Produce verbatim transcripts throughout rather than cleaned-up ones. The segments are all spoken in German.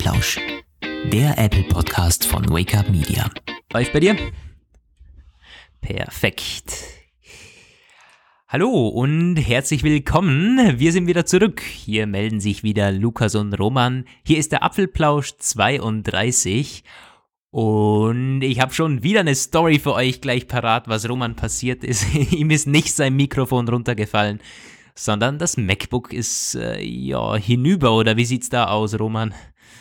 Apfelplausch, der Apple-Podcast von Wake Up Media. Läuft bei dir? Perfekt. Hallo und herzlich willkommen. Wir sind wieder zurück. Hier melden sich wieder Lukas und Roman. Hier ist der Apfelplausch zweiunddreißig. Und ich habe schon wieder eine Story für euch gleich parat, was Roman passiert ist. Ihm ist nicht sein Mikrofon runtergefallen, sondern das MacBook ist äh, ja hinüber. Oder wie sieht's da aus, Roman?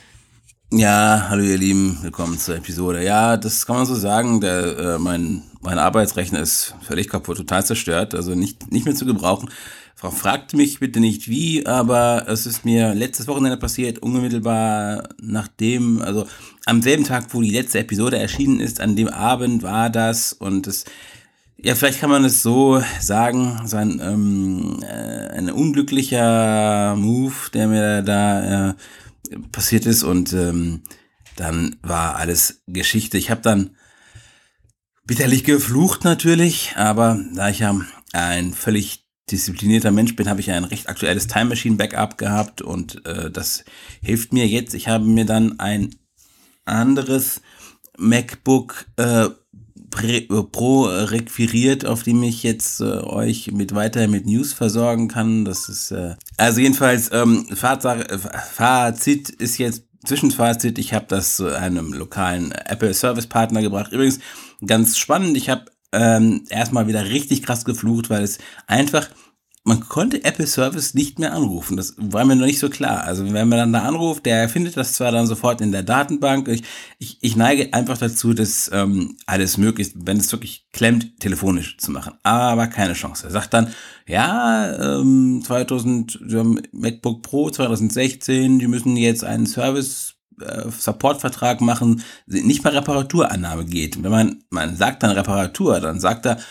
Ja, hallo ihr Lieben, willkommen zur Episode. Ja, das kann man so sagen, der, äh, mein, mein Arbeitsrechner ist völlig kaputt, total zerstört, also nicht, nicht mehr zu gebrauchen. Frau fragt mich bitte nicht wie, aber es ist mir letztes Wochenende passiert, unmittelbar nachdem, also am selben Tag, wo die letzte Episode erschienen ist, an dem Abend war das und es, ja, vielleicht kann man es so sagen, so ein, ähm, äh, ein unglücklicher Move, der mir da äh, passiert ist und ähm, dann war alles Geschichte. Ich habe dann bitterlich geflucht natürlich, aber da ich ja ein völlig disziplinierter Mensch bin, habe ich ein recht aktuelles Time Machine Backup gehabt und äh, das hilft mir jetzt. Ich habe mir dann ein anderes MacBook äh, Pro requiriert, auf dem ich jetzt äh, euch mit weiter mit News versorgen kann. Das ist äh, also jedenfalls ähm, Fazit, Fazit ist jetzt Zwischenfazit. Ich habe das zu einem lokalen Apple Service Partner gebracht. Übrigens ganz spannend. Ich habe ähm, erstmal wieder richtig krass geflucht, weil es einfach man konnte Apple Service nicht mehr anrufen. Das war mir noch nicht so klar. Also wenn man dann da anruft, der findet das zwar dann sofort in der Datenbank. Ich, ich, ich neige einfach dazu, das ähm, alles möglichst, wenn es wirklich klemmt, telefonisch zu machen. Aber keine Chance. Er sagt dann, ja, ähm, zweitausend, wir haben MacBook Pro zwanzig sechzehn, die müssen jetzt einen Service äh, Supportvertrag machen, nicht mal Reparaturannahme geht. Wenn man, man sagt dann Reparatur, dann sagt er,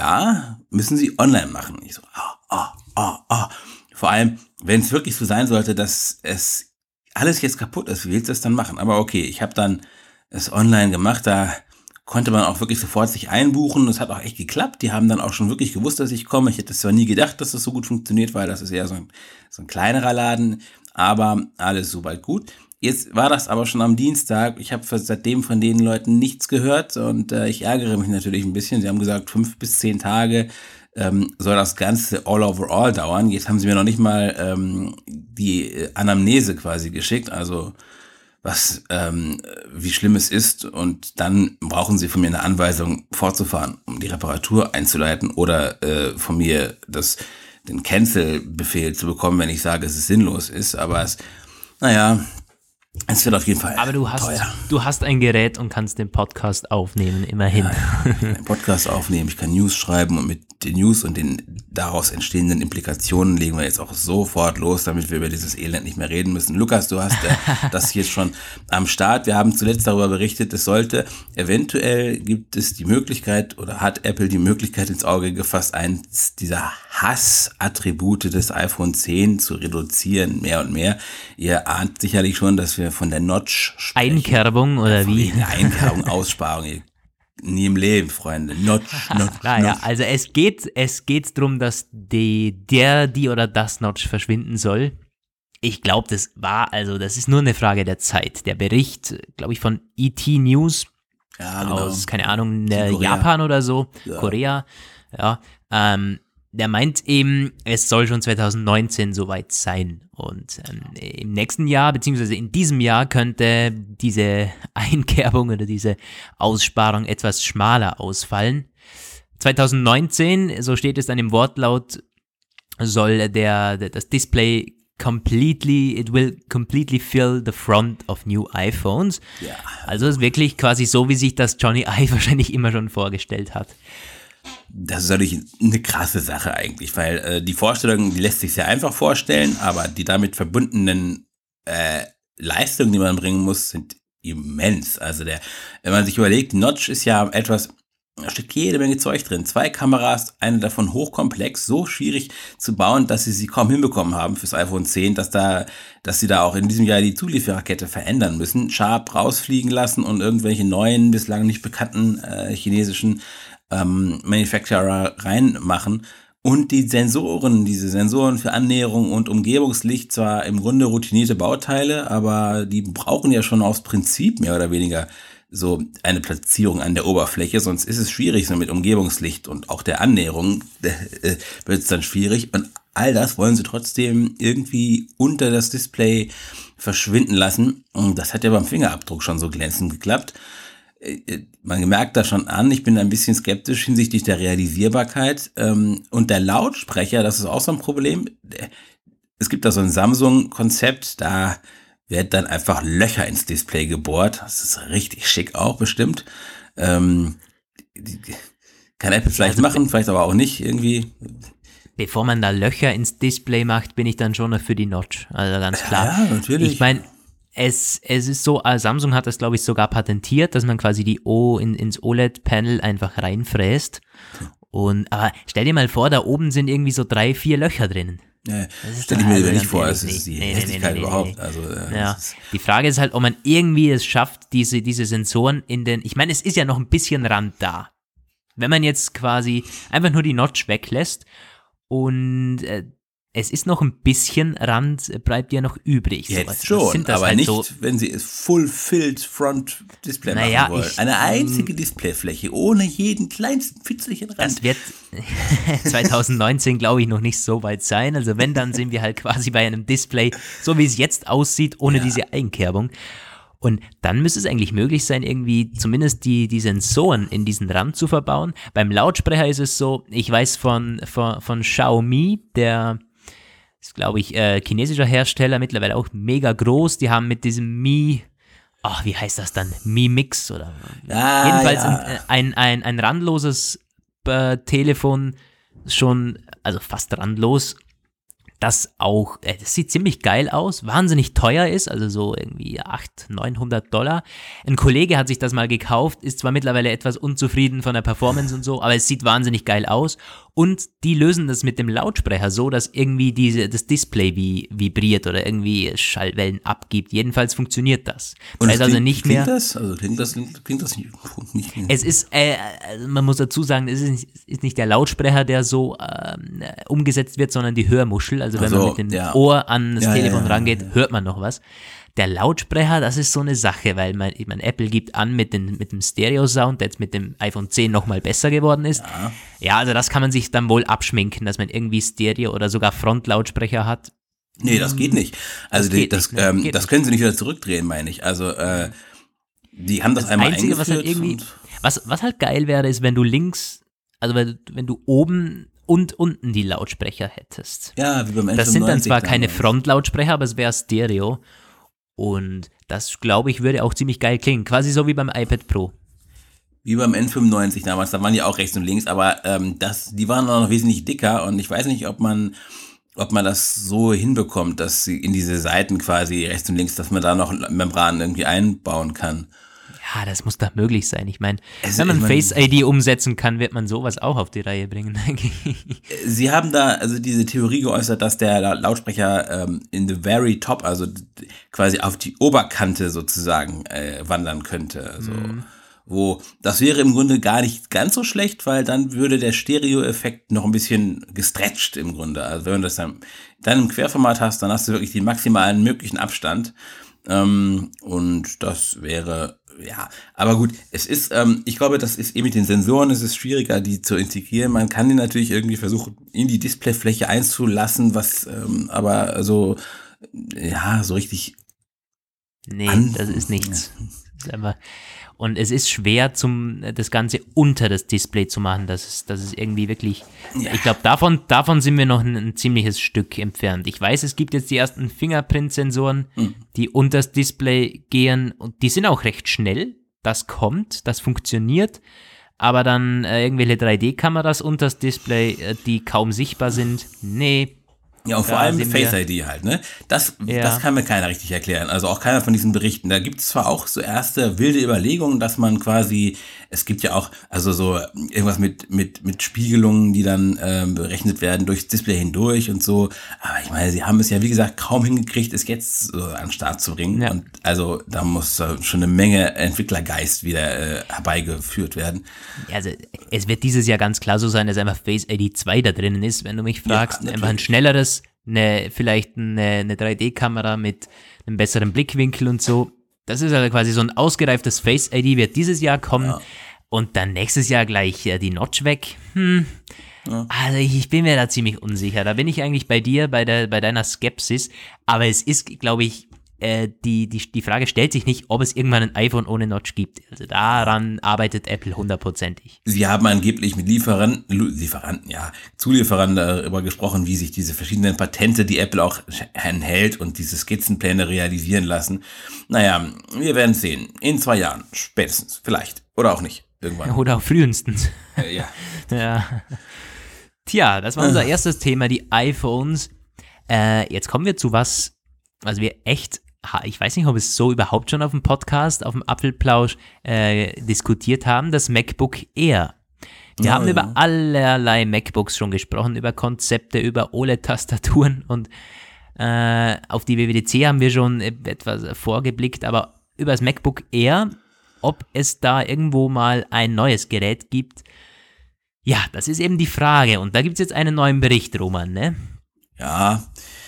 ja, müssen Sie online machen. Ich so, ah, ah, ah, ah. Vor allem, wenn es wirklich so sein sollte, dass es alles jetzt kaputt ist, wie willst du das dann machen? Aber okay, ich habe dann es online gemacht, da konnte man auch wirklich sofort sich einbuchen. Das hat auch echt geklappt. Die haben dann auch schon wirklich gewusst, dass ich komme. Ich hätte zwar nie gedacht, dass das so gut funktioniert, weil das ist eher so ein, so ein kleinerer Laden, aber alles soweit gut. Jetzt war das aber schon am Dienstag. Ich habe seitdem von den Leuten nichts gehört und äh, ich ärgere mich natürlich ein bisschen. Sie haben gesagt, fünf bis zehn Tage ähm, soll das Ganze all over all dauern. Jetzt haben sie mir noch nicht mal ähm, die Anamnese quasi geschickt, also was, ähm, wie schlimm es ist. Und dann brauchen sie von mir eine Anweisung fortzufahren, um die Reparatur einzuleiten oder äh, von mir das, den Cancel-Befehl zu bekommen, wenn ich sage, dass es sinnlos ist. Aber es, naja, es wird auf jeden Fall Aber du hast, teuer. du hast ein Gerät und kannst den Podcast aufnehmen, immerhin. Ja, ja. Ich kann einen Podcast aufnehmen, ich kann News schreiben und mit den News und den daraus entstehenden Implikationen legen wir jetzt auch sofort los, damit wir über dieses Elend nicht mehr reden müssen. Lukas, du hast äh, das jetzt schon am Start. Wir haben zuletzt darüber berichtet, es sollte, eventuell gibt es die Möglichkeit oder hat Apple die Möglichkeit ins Auge gefasst, eins dieser Hassattribute des iPhone zehn zu reduzieren, mehr und mehr. Ihr ahnt sicherlich schon, dass wir von der Notch sprechen. Einkerbung oder wie? Einkerbung, Aussparung. Nie im Leben, Freunde. Notch, Notch, naja, Notch. also es geht, es geht darum, dass die, der, die oder das Notch verschwinden soll. Ich glaube, das war, also das ist nur eine Frage der Zeit. Der Bericht, glaube ich, von E T News Ja, genau. aus, keine Ahnung, der Korea. Japan oder so, Ja. Korea, ja, ähm, der meint eben, es soll schon zwanzig neunzehn soweit sein und ähm, im nächsten Jahr, beziehungsweise in diesem Jahr könnte diese Einkerbung oder diese Aussparung etwas schmaler ausfallen. zwanzig neunzehn, so steht es dann im Wortlaut, soll der, der das Display completely, it will completely fill the front of new iPhones. Ja. Also es ist wirklich quasi so, wie sich das Johnny Ive wahrscheinlich immer schon vorgestellt hat. Das ist natürlich eine krasse Sache eigentlich, weil äh, die Vorstellung, die lässt sich sehr einfach vorstellen, aber die damit verbundenen äh, Leistungen, die man bringen muss, sind immens. Also der, wenn man sich überlegt, die Notch ist ja etwas, da steckt jede Menge Zeug drin. Zwei Kameras, eine davon hochkomplex, so schwierig zu bauen, dass sie sie kaum hinbekommen haben fürs iPhone zehn, dass da, dass sie da auch in diesem Jahr die Zuliefererkette verändern müssen, Sharp rausfliegen lassen und irgendwelche neuen, bislang nicht bekannten äh, chinesischen ähm, Manufacturer reinmachen. Und die Sensoren, diese Sensoren für Annäherung und Umgebungslicht, zwar im Grunde routinierte Bauteile, aber die brauchen ja schon aus Prinzip mehr oder weniger so eine Platzierung an der Oberfläche, sonst ist es schwierig, so mit Umgebungslicht und auch der Annäherung äh, wird es dann schwierig. Und all das wollen sie trotzdem irgendwie unter das Display verschwinden lassen. Und das hat ja beim Fingerabdruck schon so glänzend geklappt. Man merkt da schon an, ich bin ein bisschen skeptisch hinsichtlich der Realisierbarkeit. Und der Lautsprecher, das ist auch so ein Problem. Es gibt da so ein Samsung-Konzept, da werden dann einfach Löcher ins Display gebohrt. Das ist richtig schick auch bestimmt. Ähm, kann Apple vielleicht also, machen, vielleicht aber auch nicht irgendwie. Bevor man da Löcher ins Display macht, bin ich dann schon für die Notch. Also ganz klar. Ja, natürlich. Ich meine, Es, es ist so, Samsung hat das, glaube ich, sogar patentiert, dass man quasi die O in, ins O L E D-Panel einfach reinfräst. Und, aber stell dir mal vor, da oben sind irgendwie so drei, vier Löcher drinnen. Ja, das stell ich mir also nicht vor, es ist die nee, Hässlichkeit nee, nee, überhaupt. Nee. Also, äh, ja. Die Frage ist halt, ob man irgendwie es schafft, diese, diese Sensoren in den, ich meine, es ist ja noch ein bisschen Rand da. Wenn man jetzt quasi einfach nur die Notch weglässt und äh, es ist noch ein bisschen Rand, bleibt ja noch übrig. Jetzt was, schon, was sind das aber halt nicht, so? Wenn sie es Full-Filled Front Display naja, machen wollen. Ich, Eine einzige Displayfläche, ohne jeden kleinsten Pfützlichen Rand. Das wird zwanzig neunzehn, glaube ich, noch nicht so weit sein. Also wenn, dann sind wir halt quasi bei einem Display, so wie es jetzt aussieht, ohne ja. diese Einkerbung. Und dann müsste es eigentlich möglich sein, irgendwie zumindest die, die Sensoren in diesen Rand zu verbauen. Beim Lautsprecher ist es so, ich weiß von, von, von Xiaomi, der ist, glaube ich, äh, chinesischer Hersteller, mittlerweile auch mega groß. Die haben mit diesem Mi, ach, wie heißt das dann? Mi Mix oder? Ah, jedenfalls ja. ein, ein, ein, ein randloses äh, Telefon, schon, also fast randlos, das auch, äh, das sieht ziemlich geil aus, wahnsinnig teuer ist, also so irgendwie achthundert, neunhundert Dollar. Ein Kollege hat sich das mal gekauft, ist zwar mittlerweile etwas unzufrieden von der Performance und so, aber es sieht wahnsinnig geil aus. Und die lösen das mit dem Lautsprecher so, dass irgendwie diese, das Display wie, vibriert oder irgendwie Schallwellen abgibt. Jedenfalls funktioniert das. Und das heißt klingt, also nicht klingt mehr. Das? Also klingt das, klingt das nicht, nicht mehr. Es ist, äh, man muss dazu sagen, es ist nicht, ist nicht der Lautsprecher, der so ähm, umgesetzt wird, sondern die Hörmuschel. Also wenn also, man mit dem ja. Ohr an das ja, Telefon ja, ja, rangeht, ja. hört man noch was. Der Lautsprecher, das ist so eine Sache, weil man, ich meine, Apple gibt an mit, den, mit dem Stereo-Sound, der jetzt mit dem iPhone zehn nochmal besser geworden ist. Ja. ja, also das kann man sich dann wohl abschminken, dass man irgendwie Stereo- oder sogar Frontlautsprecher hat. Nee, das geht nicht. Also das, die, das, nicht, ne? ähm, geht das können sie nicht wieder zurückdrehen, meine ich. Also äh, die haben das, das einmal Einzige, eingeführt. Was halt, irgendwie, was, was halt geil wäre, ist, wenn du links, also wenn, wenn du oben und unten die Lautsprecher hättest. Ja, wie beim N fünfundneunzig. Das sind dann zwar keine damals. Frontlautsprecher, aber es wäre Stereo. Und das, glaube ich, würde auch ziemlich geil klingen. Quasi so wie beim iPad Pro. Wie beim N fünfundneunzig damals, da waren die auch rechts und links, aber ähm, das, die waren noch wesentlich dicker und ich weiß nicht, ob man, ob man das so hinbekommt, dass sie in diese Seiten quasi rechts und links, dass man da noch Membranen irgendwie einbauen kann. Ja, das muss doch möglich sein. Ich meine, Also, wenn man ich mein, Face I D umsetzen kann, wird man sowas auch auf die Reihe bringen. Sie haben da also diese Theorie geäußert, dass der Lautsprecher ähm, in the very top, also quasi auf die Oberkante sozusagen äh, wandern könnte. Also, mhm. wo das wäre im Grunde gar nicht ganz so schlecht, weil dann würde der Stereo-Effekt noch ein bisschen gestretcht im Grunde. Also wenn du das dann, dann im Querformat hast, dann hast du wirklich den maximalen möglichen Abstand. Ähm, und das wäre Ja, aber gut, es ist, ähm, ich glaube, das ist eben mit den Sensoren, es ist schwieriger, die zu integrieren. Man kann die natürlich irgendwie versuchen, in die Displayfläche einzulassen, was ähm, aber so, ja, so richtig. Nee, an- das ist nichts. Das ist einfach, und es ist schwer, zum, das Ganze unter das Display zu machen. Das ist, das ist irgendwie wirklich, ja. Ich glaube, davon, davon sind wir noch ein, ein ziemliches Stück entfernt. Ich weiß, es gibt jetzt die ersten Fingerprint-Sensoren, mhm. die unter das Display gehen und die sind auch recht schnell. Das kommt, das funktioniert. Aber dann äh, irgendwelche drei D-Kameras unter das Display, äh, die kaum sichtbar sind, nee, Ja, und vor Da allem sind Face wir- I D halt, ne? Das, Ja. das kann mir keiner richtig erklären. Also auch keiner von diesen Berichten. Da gibt es zwar auch so erste wilde Überlegungen, dass man quasi, es gibt ja auch, also so irgendwas mit, mit, mit Spiegelungen, die dann ähm, berechnet werden durchs Display hindurch und so. Aber ich meine, sie haben es ja, wie gesagt, kaum hingekriegt, es jetzt so an den Start zu bringen. Ja. Und also da muss äh, schon eine Menge Entwicklergeist wieder äh, herbeigeführt werden. Also es wird dieses Jahr ganz klar so sein, dass einfach Face I D zwei da drinnen ist, wenn du mich fragst. natürlich. Einfach ein schnelleres, eine, vielleicht eine, eine drei D-Kamera mit einem besseren Blickwinkel und so. Das ist also quasi so ein ausgereiftes Face I D, wird dieses Jahr kommen. Ja. Und dann nächstes Jahr gleich äh, die Notch weg. Hm. Ja. Also ich, ich bin mir da ziemlich unsicher. Da bin ich eigentlich bei dir, bei, der, bei deiner Skepsis. Aber es ist, glaube ich, äh, die, die, die Frage stellt sich nicht, ob es irgendwann ein iPhone ohne Notch gibt. Also daran arbeitet Apple hundertprozentig. Sie haben angeblich mit Lieferanten, Lieferanten, ja, Zulieferern darüber gesprochen, wie sich diese verschiedenen Patente, die Apple auch enthält und diese Skizzenpläne realisieren lassen. Naja, wir werden es sehen. In zwei Jahren, spätestens, vielleicht. Oder auch nicht, irgendwann. Oder auch frühestens. Äh, ja. Ja. Tja, das war unser erstes Thema, die iPhones. Äh, jetzt kommen wir zu was, was wir echt, ich weiß nicht, ob es so überhaupt schon auf dem Podcast, auf dem Apfelplausch äh, diskutiert haben, das MacBook Air. Wir Ja, haben ja. über allerlei MacBooks schon gesprochen, über Konzepte, über O L E D-Tastaturen und äh, auf die W W D C haben wir schon etwas vorgeblickt, aber über das MacBook Air, ob es da irgendwo mal ein neues Gerät gibt, ja, das ist eben die Frage. Und da gibt es jetzt einen neuen Bericht, Roman, ne? Ja,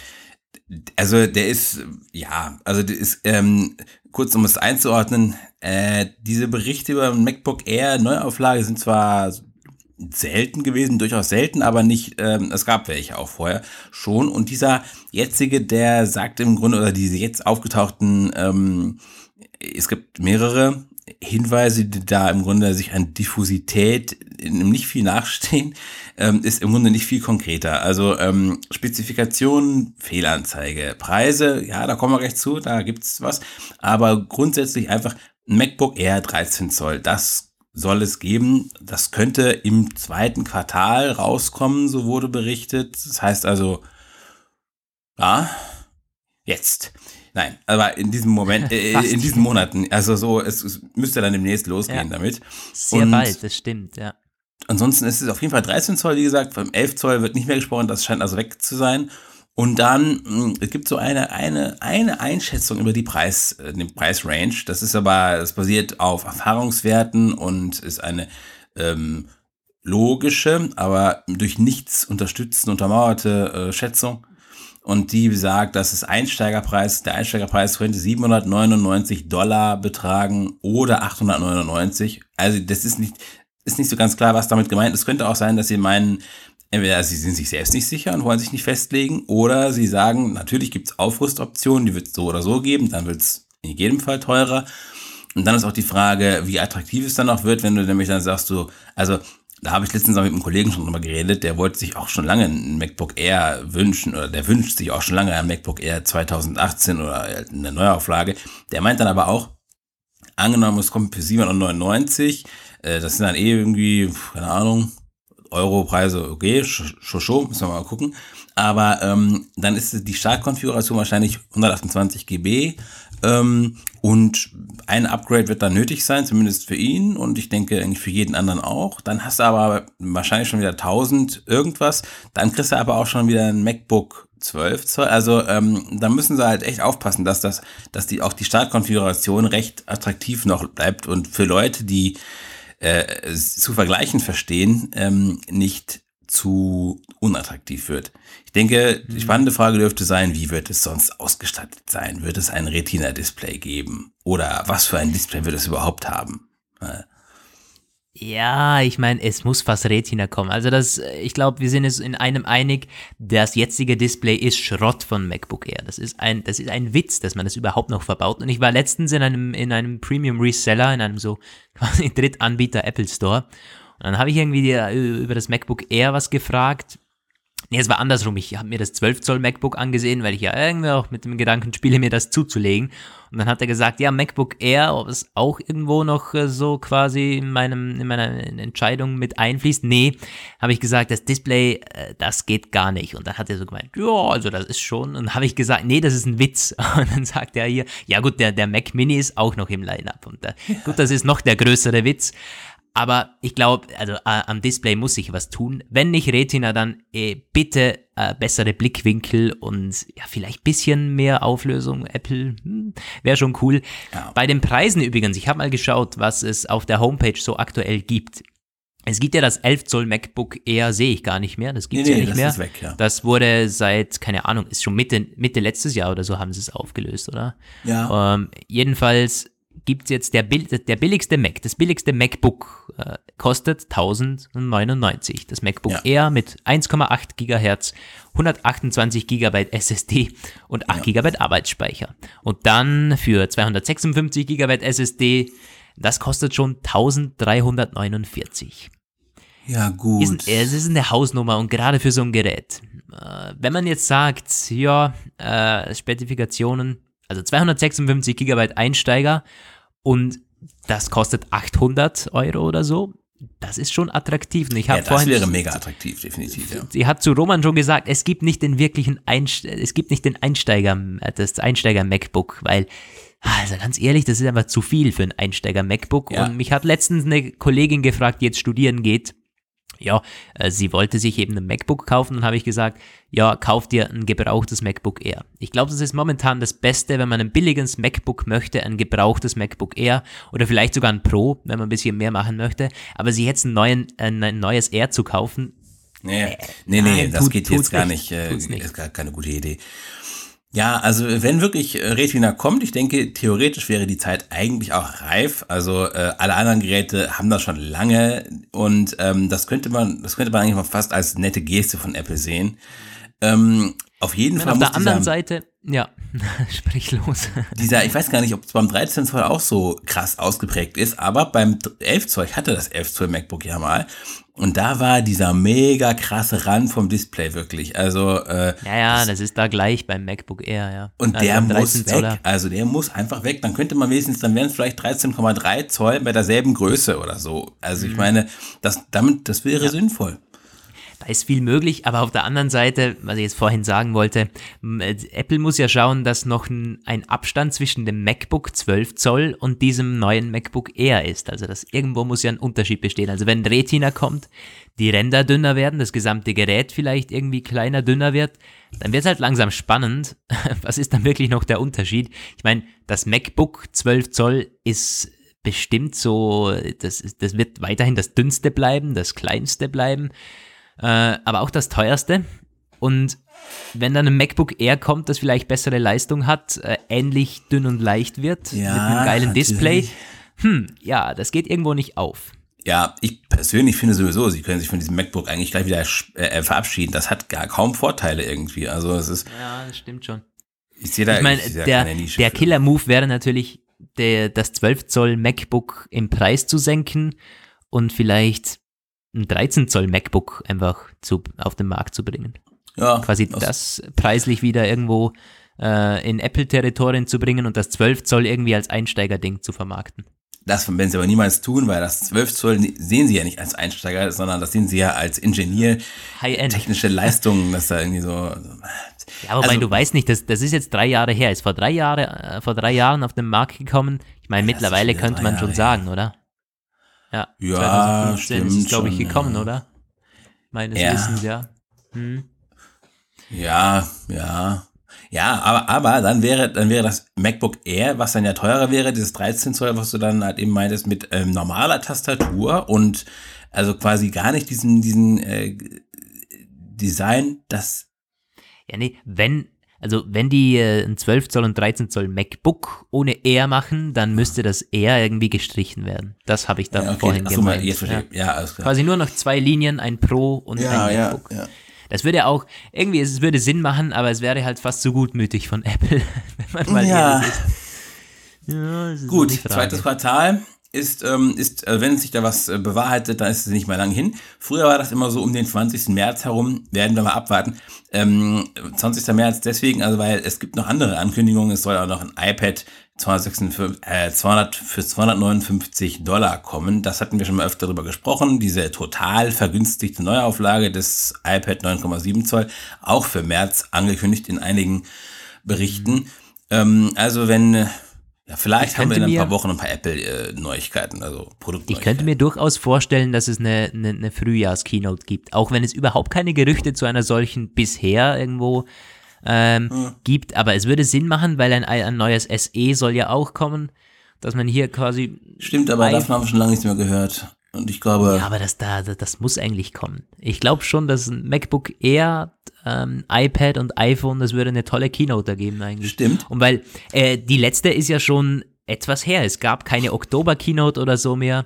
also der ist, ja, also der ist, ähm, kurz um es einzuordnen, äh, diese Berichte über MacBook Air Neuauflage sind zwar selten gewesen, durchaus selten, aber nicht, ähm, es gab welche auch vorher schon. Und dieser jetzige, der sagt im Grunde, oder diese jetzt aufgetauchten, ähm, es gibt mehrere Hinweise, die da im Grunde sich an Diffusität nicht viel nachstehen, ähm, ist im Grunde nicht viel konkreter. Also ähm, Spezifikationen, Fehlanzeige, Preise, ja, da kommen wir gleich zu, da gibt's was. Aber grundsätzlich einfach MacBook Air dreizehn Zoll, das soll es geben. Das könnte im zweiten Quartal rauskommen, so wurde berichtet. Das heißt also, ja, jetzt. Nein, aber in diesem Moment, äh, Fast. in diesen Monaten, also so, es, es müsste dann demnächst losgehen Ja. damit. Sehr Und bald, das stimmt, ja. ansonsten ist es auf jeden Fall dreizehn Zoll, wie gesagt, beim elf Zoll wird nicht mehr gesprochen, das scheint also weg zu sein. Und dann, mh, es gibt so eine, eine, eine Einschätzung über die Preis, äh, den Preisrange. Das ist aber, das basiert auf Erfahrungswerten und ist eine ähm, logische, aber durch nichts unterstützte, untermauerte äh, Schätzung. Und die sagt, dass es Einsteigerpreis, der Einsteigerpreis könnte siebenhundertneunundneunzig Dollar betragen oder achthundertneunundneunzig. Also das ist nicht, ist nicht so ganz klar, was damit gemeint ist. Es könnte auch sein, dass sie meinen, entweder sie sind sich selbst nicht sicher und wollen sich nicht festlegen, oder sie sagen, natürlich gibt es Aufrüstoptionen, die wird es so oder so geben, dann wird es in jedem Fall teurer. Und dann ist auch die Frage, wie attraktiv es dann auch wird, wenn du nämlich dann sagst, du, also da habe ich letztens auch mit einem Kollegen schon drüber geredet, der wollte sich auch schon lange ein MacBook Air wünschen, oder der wünscht sich auch schon lange ein MacBook Air zwanzig achtzehn oder eine Neuauflage. Der meint dann aber auch, angenommen, es kommt für siebenhundertneunundneunzig, äh, das sind dann eh irgendwie, keine Ahnung, Europreise, okay, schoscho, müssen wir mal gucken. Aber ähm, dann ist die Startkonfiguration wahrscheinlich hundertachtundzwanzig Gigabyte ähm, und ein Upgrade wird dann nötig sein, zumindest für ihn und ich denke eigentlich für jeden anderen auch. Dann hast du aber wahrscheinlich schon wieder tausend irgendwas. Dann kriegst du aber auch schon wieder ein MacBook zwölf Zoll. Also ähm, da müssen sie halt echt aufpassen, dass das, dass die auch die Startkonfiguration recht attraktiv noch bleibt und für Leute, die äh, zu vergleichen verstehen, ähm, nicht zu unattraktiv wird. Ich denke, die spannende Frage dürfte sein, wie wird es sonst ausgestattet sein? Wird es ein Retina-Display geben? Oder was für ein Display wird es überhaupt haben? Ja, ich meine, es muss fast Retina kommen. Also das, ich glaube, wir sind es in einem einig, das jetzige Display ist Schrott von MacBook Air. Das ist ein, das ist ein Witz, dass man das überhaupt noch verbaut. Und ich war letztens in einem, in einem Premium Reseller, in einem so quasi Drittanbieter Apple Store. Und dann habe ich irgendwie die, über das MacBook Air was gefragt. Nee, es war andersrum. Ich habe mir das zwölf Zoll MacBook angesehen, weil ich ja irgendwie auch mit dem Gedanken spiele, mir das zuzulegen. Und dann hat er gesagt, ja, MacBook Air, ob es auch irgendwo noch äh, so quasi in, meinem, in meiner Entscheidung mit einfließt. Nee, habe ich gesagt, das Display, äh, das geht gar nicht. Und dann hat er so gemeint, ja, also das ist schon. Und dann habe ich gesagt, nee, das ist ein Witz. Und dann sagt er hier, ja gut, der, der Mac Mini ist auch noch im Line-Up. Und äh, ja. gut, das ist noch der größere Witz. Aber ich glaube, also äh, am Display muss sich was tun. Wenn nicht Retina, dann eh, bitte äh, bessere Blickwinkel und ja, vielleicht ein bisschen mehr Auflösung. Apple hm, wäre schon cool. Ja. Bei den Preisen übrigens, ich habe mal geschaut, was es auf der Homepage so aktuell gibt. Es gibt ja das elf Zoll MacBook Air, sehe ich gar nicht mehr. Das gibt's nee, nee, ja nicht das mehr. Ist weg, ja. Das wurde seit, keine Ahnung, ist schon Mitte, Mitte letztes Jahr oder so haben sie es aufgelöst, oder? Ja. Ähm, jedenfalls gibt es jetzt der, der billigste Mac, das billigste MacBook äh, kostet tausendneunundneunzig. Das MacBook ja. Air mit eins Komma acht Gigahertz, hundertachtundzwanzig Gigabyte S S D und acht ja. Gigabyte Arbeitsspeicher. Und dann für zweihundertsechsundfünfzig Gigabyte S S D, das kostet schon eintausenddreihundertneunundvierzig. Ja, gut. Ist, es ist eine Hausnummer und gerade für so ein Gerät. Äh, wenn man jetzt sagt, ja, äh, Spezifikationen, also zweihundertsechsundfünfzig Gigabyte Einsteiger und das kostet achthundert Euro oder so. Das ist schon attraktiv. Und ich ja, das vorhin, wäre mega attraktiv, definitiv. Ja. Sie hat zu Roman schon gesagt, es gibt nicht den wirklichen Einste- es gibt nicht den Einsteiger, das Einsteiger MacBook, weil, also ganz ehrlich, das ist einfach zu viel für ein Einsteiger MacBook. Ja. Und mich hat letztens eine Kollegin gefragt, die jetzt studieren geht. Ja, äh, sie wollte sich eben ein MacBook kaufen und habe ich gesagt, ja, kauf dir ein gebrauchtes MacBook Air. Ich glaube, das ist momentan das Beste, wenn man ein billiges MacBook möchte, ein gebrauchtes MacBook Air oder vielleicht sogar ein Pro, wenn man ein bisschen mehr machen möchte. Aber sie jetzt einen neuen, ein, ein neues Air zu kaufen, nee, äh, nee, nee, nein, das tut, geht jetzt gar nicht, äh, nicht, ist gar keine gute Idee. Ja, also wenn wirklich Retina kommt, ich denke, theoretisch wäre die Zeit eigentlich auch reif. Also äh, alle anderen Geräte haben das schon lange und ähm, das könnte man, das könnte man eigentlich mal fast als nette Geste von Apple sehen. Ähm, auf jeden Nein, Fall auf muss der anderen dieser, Seite, ja, sprich los. Dieser, ich weiß gar nicht, ob es beim dreizehn Zoll auch so krass ausgeprägt ist, aber beim elf Zoll, ich hatte das elf Zoll MacBook ja mal. Und da war dieser mega krasse Rand vom Display wirklich, also äh, ja, ja, das, das ist da gleich beim MacBook Air, ja. Und also der muss weg, also der muss einfach weg, dann könnte man wenigstens, dann wären es vielleicht dreizehn Komma drei Zoll bei derselben Größe oder so. Also ich meine, das, damit, das wäre ja sinnvoll. Da ist viel möglich, aber auf der anderen Seite, was ich jetzt vorhin sagen wollte, Apple muss ja schauen, dass noch ein, ein Abstand zwischen dem MacBook zwölf Zoll und diesem neuen MacBook Air ist. Also das irgendwo muss ja ein Unterschied bestehen. Also wenn Retina kommt, die Ränder dünner werden, das gesamte Gerät vielleicht irgendwie kleiner, dünner wird, dann wird es halt langsam spannend. Was ist dann wirklich noch der Unterschied? Ich meine, das MacBook zwölf Zoll ist bestimmt so, das, das wird weiterhin das dünnste bleiben, das kleinste bleiben. Äh, aber auch das teuerste. Und wenn dann ein MacBook Air kommt, das vielleicht bessere Leistung hat, äh, ähnlich dünn und leicht wird, ja, mit einem geilen natürlich. Display, hm, ja, das geht irgendwo nicht auf. Ja, ich persönlich finde sowieso, sie können sich von diesem MacBook eigentlich gleich wieder äh, verabschieden. Das hat gar kaum Vorteile irgendwie. Also es ist. Ja, das stimmt schon. Ich sehe da, ich meine, der, der Killer-Move wäre natürlich, der, das zwölf Zoll MacBook im Preis zu senken und vielleicht ein dreizehn Zoll MacBook einfach zu, auf den Markt zu bringen. Ja. Quasi das preislich wieder irgendwo äh, in Apple-Territorien zu bringen und das zwölf Zoll irgendwie als Einsteigerding zu vermarkten. Das werden sie aber niemals tun, weil das zwölf Zoll sehen sie ja nicht als Einsteiger, sondern das sehen sie ja als Ingenieur, High-End. Technische Leistungen, dass da irgendwie so. Ja, wobei also, du weißt nicht, das, das ist jetzt drei Jahre her, ist vor drei Jahre, äh, vor drei Jahren auf den Markt gekommen. Ich meine, ja, mittlerweile könnte man schon Jahre sagen, her. Oder? Ja, ja, zweitausendfünfzehn ist es, glaube ich, gekommen, ja. Oder? Meines ja. Wissens, ja. Hm. Ja, ja. Ja, aber, aber dann wäre, dann wäre das MacBook Air, was dann ja teurer wäre, dieses dreizehn Zoll, was du dann halt eben meintest, mit ähm, normaler Tastatur und also quasi gar nicht diesen, diesen äh, Design, das. Ja, nee, wenn, also wenn die äh, ein zwölf Zoll und dreizehn Zoll MacBook ohne Air machen, dann müsste das Air irgendwie gestrichen werden. Das habe ich da ja, okay. vorhin Achso, gemeint. Mal, jetzt verstehe ich. Ja. Ja, alles klar. Quasi nur noch zwei Linien, ein Pro und ja, ein MacBook. Ja, ja. Das würde auch, irgendwie, es würde Sinn machen, aber es wäre halt fast so gutmütig von Apple, wenn man mal ja. ehrlich ist. Ja, das ist gut, zweites Quartal. ist, ähm, ist äh, wenn sich da was äh, bewahrheitet, dann ist es nicht mehr lang hin. Früher war das immer so um den zwanzigsten März herum, werden wir mal abwarten. Ähm, zwanzigsten März deswegen, also weil es gibt noch andere Ankündigungen, es soll auch noch ein iPad zweihundertsechsundfünfzig, äh, zweihundert für zweihundertneunundfünfzig Dollar kommen. Das hatten wir schon mal öfter darüber gesprochen. Diese total vergünstigte Neuauflage des iPad neun Komma sieben Zoll, auch für März angekündigt in einigen Berichten. Mhm. Ähm, also wenn... Ja, vielleicht haben wir in ein paar Wochen ein paar Apple-Neuigkeiten, also Produktneuigkeiten. Ich könnte mir durchaus vorstellen, dass es eine, eine, eine Frühjahrs-Keynote gibt, auch wenn es überhaupt keine Gerüchte zu einer solchen bisher irgendwo ähm, hm. gibt, aber es würde Sinn machen, weil ein, ein neues S E soll ja auch kommen, dass man hier quasi... Stimmt, aber davon haben wir schon lange nichts mehr gehört. Und ich glaube... Ja, aber das, da, das muss eigentlich kommen. Ich glaube schon, dass ein MacBook Air, ähm, iPad und iPhone, das würde eine tolle Keynote ergeben eigentlich. Stimmt. Und weil äh, die letzte ist ja schon etwas her. Es gab keine Oktober-Keynote oder so mehr.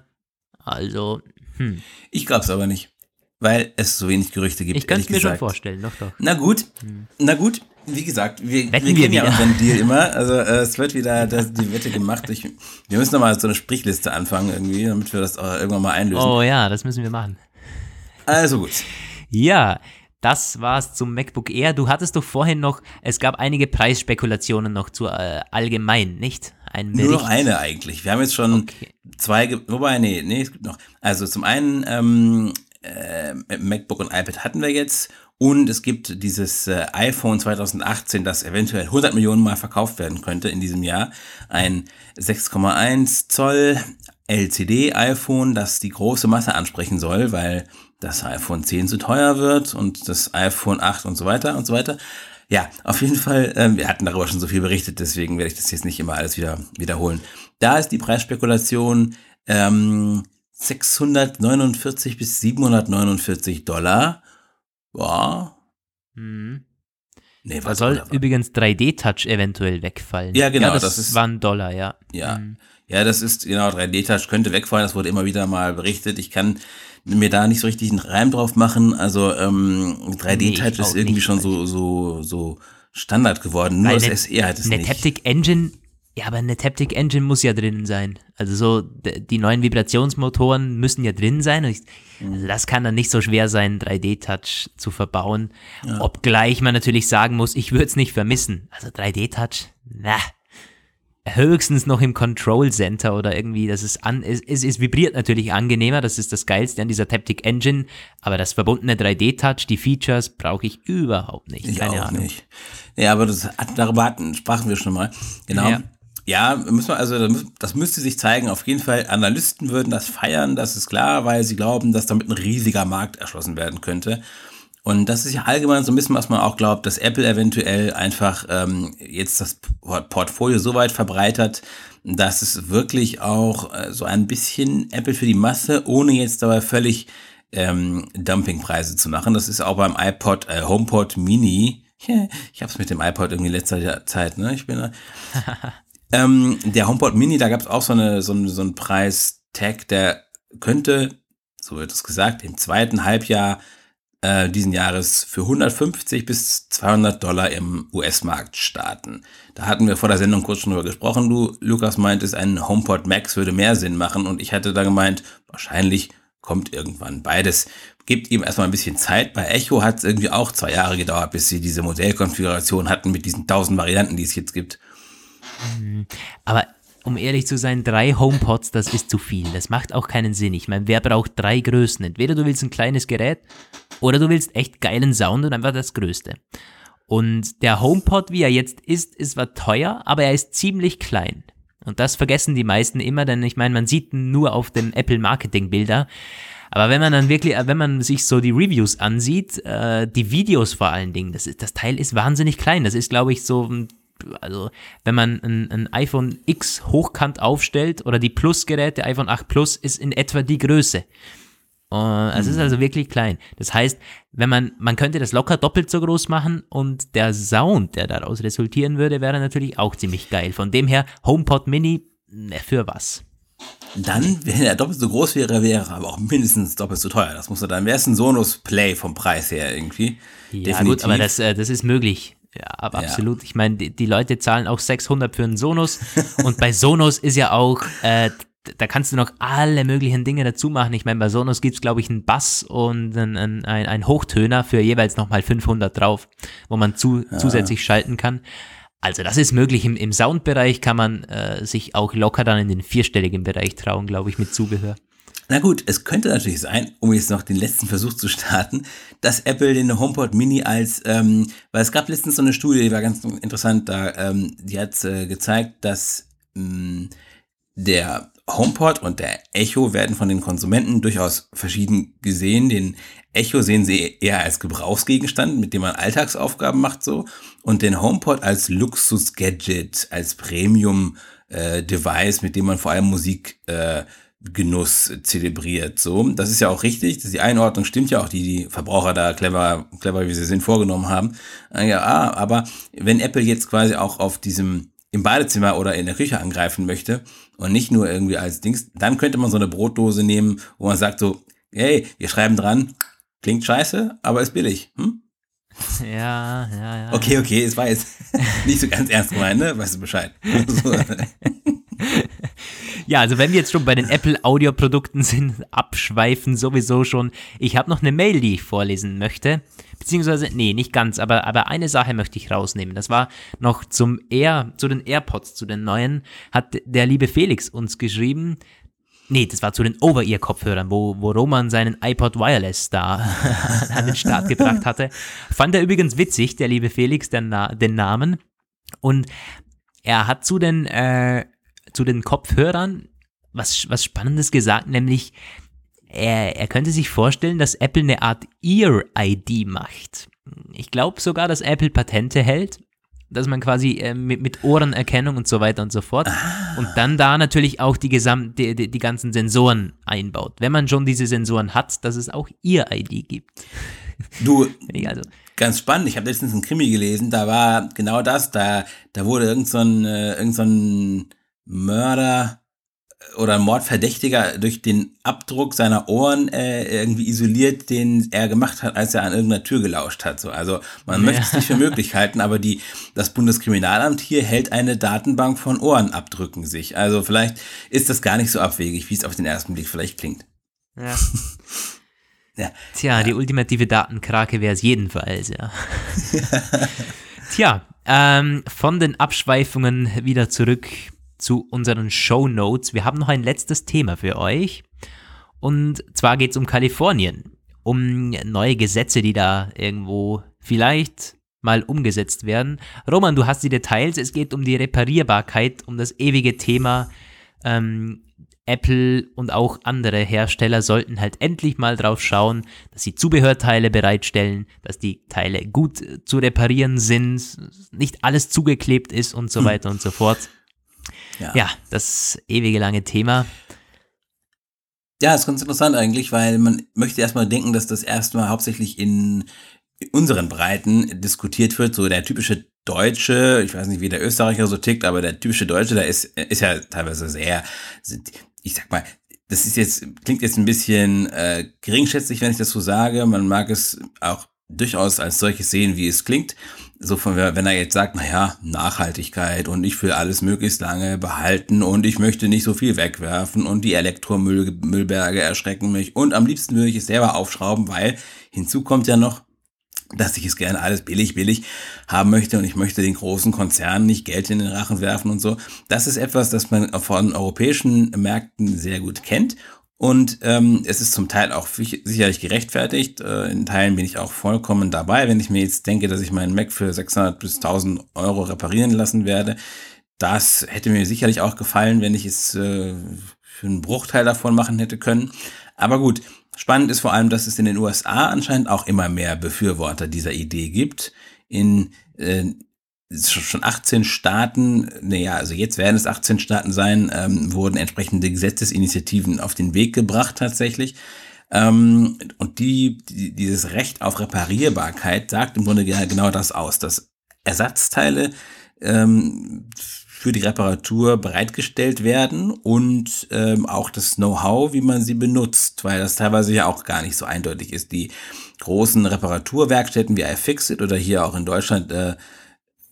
Also, hm. Ich glaube es aber nicht, weil es so wenig Gerüchte gibt. Ich könnte es mir gesagt. schon vorstellen, doch, doch. Na gut, hm. na gut. Wie gesagt, wir, wir kennen wir ja unseren Deal immer. Also äh, es wird wieder das, die Wette gemacht. Ich, wir müssen nochmal so eine Sprichliste anfangen irgendwie, damit wir das auch irgendwann mal einlösen. Oh ja, das müssen wir machen. Also gut. Ja, das war's zum MacBook Air. Du hattest doch vorhin noch, es gab einige Preisspekulationen noch zu äh, allgemein, nicht? Ein Nur noch eine eigentlich. Wir haben jetzt schon okay. zwei, ge- wobei, nee, nee, es gibt noch. Also zum einen ähm, äh, MacBook und iPad hatten wir jetzt. Und es gibt dieses äh, iPhone zwanzig achtzehn, das eventuell hundert Millionen Mal verkauft werden könnte in diesem Jahr. Ein sechs Komma eins Zoll L C D-iPhone, das die große Masse ansprechen soll, weil das iPhone zehn zu teuer wird und das iPhone acht und so weiter und so weiter. Ja, auf jeden Fall, äh, wir hatten darüber schon so viel berichtet, deswegen werde ich das jetzt nicht immer alles wieder wiederholen. Da ist die Preisspekulation ähm, sechshundertneunundvierzig bis siebenhundertneunundvierzig Dollar. Ja. Mhm. Nee, da soll übrigens drei D-Touch eventuell wegfallen. Ja, genau. Ja, das, das ist, war ein Dollar, ja. Ja. Mhm. Ja, das ist, genau, drei D-Touch könnte wegfallen, das wurde immer wieder mal berichtet. Ich kann mir da nicht so richtig einen Reim drauf machen. Also ähm, drei D-Touch nee, ist irgendwie schon so, so, so Standard geworden. Nur Weil das ne, S E hat es eine nicht. Eine Taptic Engine, ja, aber eine Taptic Engine muss ja drin sein. Also so, die neuen Vibrationsmotoren müssen ja drin sein. Und ich, also das kann dann nicht so schwer sein, drei D-Touch zu verbauen. Ja. Obgleich man natürlich sagen muss, ich würde es nicht vermissen. Also drei D-Touch, na, höchstens noch im Control Center oder irgendwie, das ist an, es, es, es vibriert natürlich angenehmer, das ist das Geilste an dieser Taptic Engine, aber das verbundene drei D-Touch, die Features brauche ich überhaupt nicht. Ich Keine auch Ahnung. nicht. Ja, aber das, darüber hatten, sprachen wir schon mal. Genau. Ja. Ja, müssen wir, also das müsste sich zeigen. Auf jeden Fall, Analysten würden das feiern, das ist klar, weil sie glauben, dass damit ein riesiger Markt erschlossen werden könnte. Und das ist ja allgemein so ein bisschen, was man auch glaubt, dass Apple eventuell einfach ähm, jetzt das Portfolio so weit verbreitert, dass es wirklich auch äh, so ein bisschen Apple für die Masse, ohne jetzt dabei völlig ähm, Dumpingpreise zu machen. Das ist auch beim iPod, äh, HomePod Mini. Yeah, ich hab's mit dem iPod irgendwie in letzter Zeit, ne? Ich bin da. ähm, der HomePod Mini, da gab's auch so eine so einen so einen Preistag, der könnte, so wird es gesagt, im zweiten Halbjahr äh, diesen Jahres für hundertfünfzig bis zweihundert Dollar im U S-Markt starten. Da hatten wir vor der Sendung kurz schon drüber gesprochen. Du, Lukas, meintest, ein HomePod Max würde mehr Sinn machen und ich hatte da gemeint, wahrscheinlich kommt irgendwann beides. Gebt ihm erstmal ein bisschen Zeit. Bei Echo hat es irgendwie auch zwei Jahre gedauert, bis sie diese Modellkonfiguration hatten mit diesen tausend Varianten, die es jetzt gibt. Aber um ehrlich zu sein, drei HomePods, das ist zu viel. Das macht auch keinen Sinn. Ich meine, wer braucht drei Größen? Entweder du willst ein kleines Gerät oder du willst echt geilen Sound und einfach das Größte. Und der HomePod, wie er jetzt ist, ist zwar teuer, aber er ist ziemlich klein. Und das vergessen die meisten immer, denn ich meine, man sieht ihn nur auf den Apple-Marketing-Bilder. Aber wenn man dann wirklich, wenn man sich so die Reviews ansieht, äh, die Videos vor allen Dingen, das, ist, das Teil ist wahnsinnig klein. Das ist, glaube ich, so, also wenn man ein, ein iPhone X hochkant aufstellt oder die Plus-Geräte, iPhone acht Plus, ist in etwa die Größe. Uh, es ist also wirklich klein. Das heißt, wenn man, man könnte das locker doppelt so groß machen und der Sound, der daraus resultieren würde, wäre natürlich auch ziemlich geil. Von dem her, HomePod Mini, für was? Dann, wenn er doppelt so groß wäre, wäre er aber auch mindestens doppelt so teuer. Das muss er dann, wäre es ein Sonos Play vom Preis her irgendwie. Ja Definitiv. Gut, aber das, das ist möglich. Ja, aber ja. Absolut. Ich meine, die, die Leute zahlen auch sechshundert für einen Sonos und bei Sonos ist ja auch äh, da kannst du noch alle möglichen Dinge dazu machen. Ich meine, bei Sonos gibt es, glaube ich, einen Bass und einen, einen, einen Hochtöner für jeweils nochmal fünfhundert drauf, wo man zu, ja. zusätzlich schalten kann. Also das ist möglich. Im, im Soundbereich kann man äh, sich auch locker dann in den vierstelligen Bereich trauen, glaube ich, mit Zubehör. Na gut, es könnte natürlich sein, um jetzt noch den letzten Versuch zu starten, dass Apple den HomePod Mini als, ähm, weil es gab letztens so eine Studie, die war ganz interessant, da, ähm, die hat äh, gezeigt, dass ähm, der HomePod und der Echo werden von den Konsumenten durchaus verschieden gesehen. Den Echo sehen sie eher als Gebrauchsgegenstand, mit dem man Alltagsaufgaben macht so, und den HomePod als Luxus-Gadget, als Premium-Device, äh, mit dem man vor allem Musik äh, Genuss zelebriert. So, das ist ja auch richtig. Die Einordnung stimmt ja auch, die die Verbraucher da clever, clever wie sie sind, vorgenommen haben. Ja, aber wenn Apple jetzt quasi auch auf diesem im Badezimmer oder in der Küche angreifen möchte und nicht nur irgendwie als Dings, dann könnte man so eine Brotdose nehmen, wo man sagt so, hey, wir schreiben dran, klingt scheiße, aber ist billig. Hm? Ja, ja, ja. Okay, okay, es war jetzt nicht so ganz ernst gemeint, ne? Weißt du Bescheid. Ja, also wenn wir jetzt schon bei den Apple-Audio-Produkten sind, abschweifen sowieso schon. Ich habe noch eine Mail, die ich vorlesen möchte. Beziehungsweise, nee, nicht ganz, aber, aber eine Sache möchte ich rausnehmen. Das war noch zum Air, zu den AirPods, zu den neuen, hat der liebe Felix uns geschrieben. Nee, das war zu den Over-Ear-Kopfhörern, wo, wo Roman seinen iPod Wireless da an den Start gebracht hatte. Fand er übrigens witzig, der liebe Felix, den, Na- den Namen. Und er hat zu den, äh, zu den Kopfhörern was, was Spannendes gesagt, nämlich er, er könnte sich vorstellen, dass Apple eine Art Ear-I D macht. Ich glaube sogar, dass Apple Patente hält, dass man quasi äh, mit, mit Ohrenerkennung und so weiter und so fort ah. und dann da natürlich auch die, Gesamt, die, die, die ganzen Sensoren einbaut. Wenn man schon diese Sensoren hat, dass es auch Ear-I D gibt. Du, also, ganz spannend, ich habe letztens einen Krimi gelesen, da war genau das, da, da wurde irgend so ein, äh, irgend so ein Mörder oder ein Mordverdächtiger durch den Abdruck seiner Ohren äh, irgendwie isoliert, den er gemacht hat, als er an irgendeiner Tür gelauscht hat. So, also man ja. möchte es nicht für möglich halten, aber die, das Bundeskriminalamt hier hält eine Datenbank von Ohrenabdrücken sich. Also vielleicht ist das gar nicht so abwegig, wie es auf den ersten Blick vielleicht klingt. Ja. ja. Tja, ja. Die ultimative Datenkrake wäre es jedenfalls, ja. Tja, ähm, von den Abschweifungen wieder zurück zu unseren Shownotes. Wir haben noch ein letztes Thema für euch. Und zwar geht es um Kalifornien. Um neue Gesetze, die da irgendwo vielleicht mal umgesetzt werden. Roman, du hast die Details. Es geht um die Reparierbarkeit, um das ewige Thema. Ähm, Apple und auch andere Hersteller sollten halt endlich mal drauf schauen, dass sie Zubehörteile bereitstellen, dass die Teile gut zu reparieren sind, nicht alles zugeklebt ist und so weiter hm. und so fort. Ja. ja, das ewige lange Thema. Ja, ist ganz interessant eigentlich, weil man möchte erstmal denken, dass das erstmal hauptsächlich in unseren Breiten diskutiert wird. So der typische Deutsche, ich weiß nicht, wie der Österreicher so tickt, aber der typische Deutsche, der ist, ist ja teilweise sehr, ich sag mal, das ist jetzt, klingt jetzt ein bisschen äh, geringschätzig, wenn ich das so sage. Man mag es auch durchaus als solches sehen, wie es klingt. So von, wenn er jetzt sagt, naja, Nachhaltigkeit und ich will alles möglichst lange behalten und ich möchte nicht so viel wegwerfen und die Elektromüllberge erschrecken mich und am liebsten würde ich es selber aufschrauben, weil hinzu kommt ja noch, dass ich es gerne alles billig, billig haben möchte und ich möchte den großen Konzernen nicht Geld in den Rachen werfen und so. Das ist etwas, das man von europäischen Märkten sehr gut kennt. Und ähm, es ist zum Teil auch sicherlich gerechtfertigt. Äh, in Teilen bin ich auch vollkommen dabei. Wenn ich mir jetzt denke, dass ich meinen Mac für sechshundert bis tausend Euro reparieren lassen werde, das hätte mir sicherlich auch gefallen, wenn ich es äh, für einen Bruchteil davon machen hätte können. Aber gut, spannend ist vor allem, dass es in den U S A anscheinend auch immer mehr Befürworter dieser Idee gibt. In äh, schon achtzehn Staaten, naja, also jetzt werden es achtzehn Staaten sein, ähm, wurden entsprechende Gesetzesinitiativen auf den Weg gebracht tatsächlich. Ähm, und die, die dieses Recht auf Reparierbarkeit sagt im Grunde genau das aus, dass Ersatzteile ähm, für die Reparatur bereitgestellt werden und ähm, auch das Know-how, wie man sie benutzt, weil das teilweise ja auch gar nicht so eindeutig ist. Die großen Reparaturwerkstätten wie iFixit oder hier auch in Deutschland äh,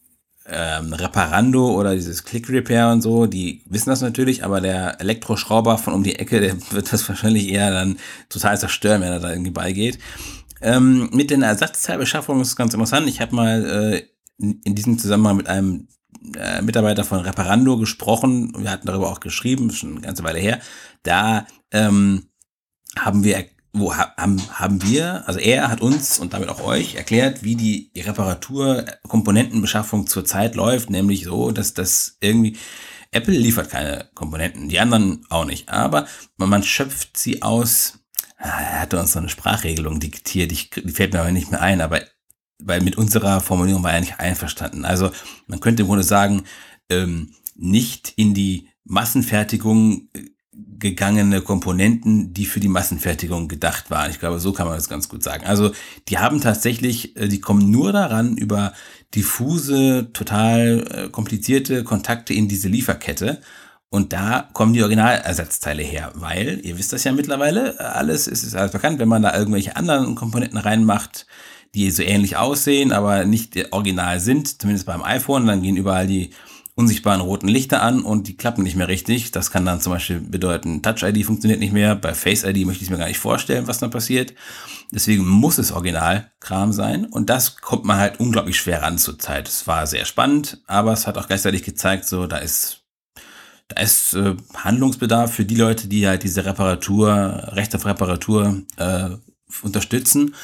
ähm, Reparando oder dieses Click Repair und so, die wissen das natürlich, aber der Elektroschrauber von um die Ecke, der wird das wahrscheinlich eher dann total zerstören, wenn er da irgendwie beigeht. Ähm, mit den Ersatzteilbeschaffungen ist es ganz interessant. Ich habe mal äh, in, in diesem Zusammenhang mit einem äh, Mitarbeiter von Reparando gesprochen. Wir hatten darüber auch geschrieben, schon eine ganze Weile her. Da ähm, haben wir wo haben, haben wir, also er hat uns und damit auch euch erklärt, wie die Reparatur-Komponentenbeschaffung zurzeit läuft, nämlich so, dass das irgendwie, Apple liefert keine Komponenten, die anderen auch nicht, aber man schöpft sie aus, er hatte uns so eine Sprachregelung diktiert, die, die fällt mir aber nicht mehr ein, aber weil mit unserer Formulierung war er nicht einverstanden. Also man könnte im Grunde sagen, ähm, nicht in die Massenfertigung gegangene Komponenten, die für die Massenfertigung gedacht waren. Ich glaube, so kann man das ganz gut sagen. Also die haben tatsächlich, die kommen nur daran über diffuse, total komplizierte Kontakte in diese Lieferkette. Und da kommen die Originalersatzteile her, weil, ihr wisst das ja mittlerweile, alles ist, ist alles bekannt, wenn man da irgendwelche anderen Komponenten reinmacht, die so ähnlich aussehen, aber nicht original sind, zumindest beim iPhone, dann gehen überall die unsichtbaren roten Lichter an und die klappen nicht mehr richtig. Das kann dann zum Beispiel bedeuten, Touch-I D funktioniert nicht mehr. Bei Face-I D möchte ich es mir gar nicht vorstellen, was dann passiert. Deswegen muss es Originalkram sein. Und das kommt man halt unglaublich schwer ran zur Zeit. Es war sehr spannend, aber es hat auch gleichzeitig gezeigt, so da ist, da ist äh, Handlungsbedarf für die Leute, die halt diese Reparatur, Recht auf Reparatur äh, unterstützen.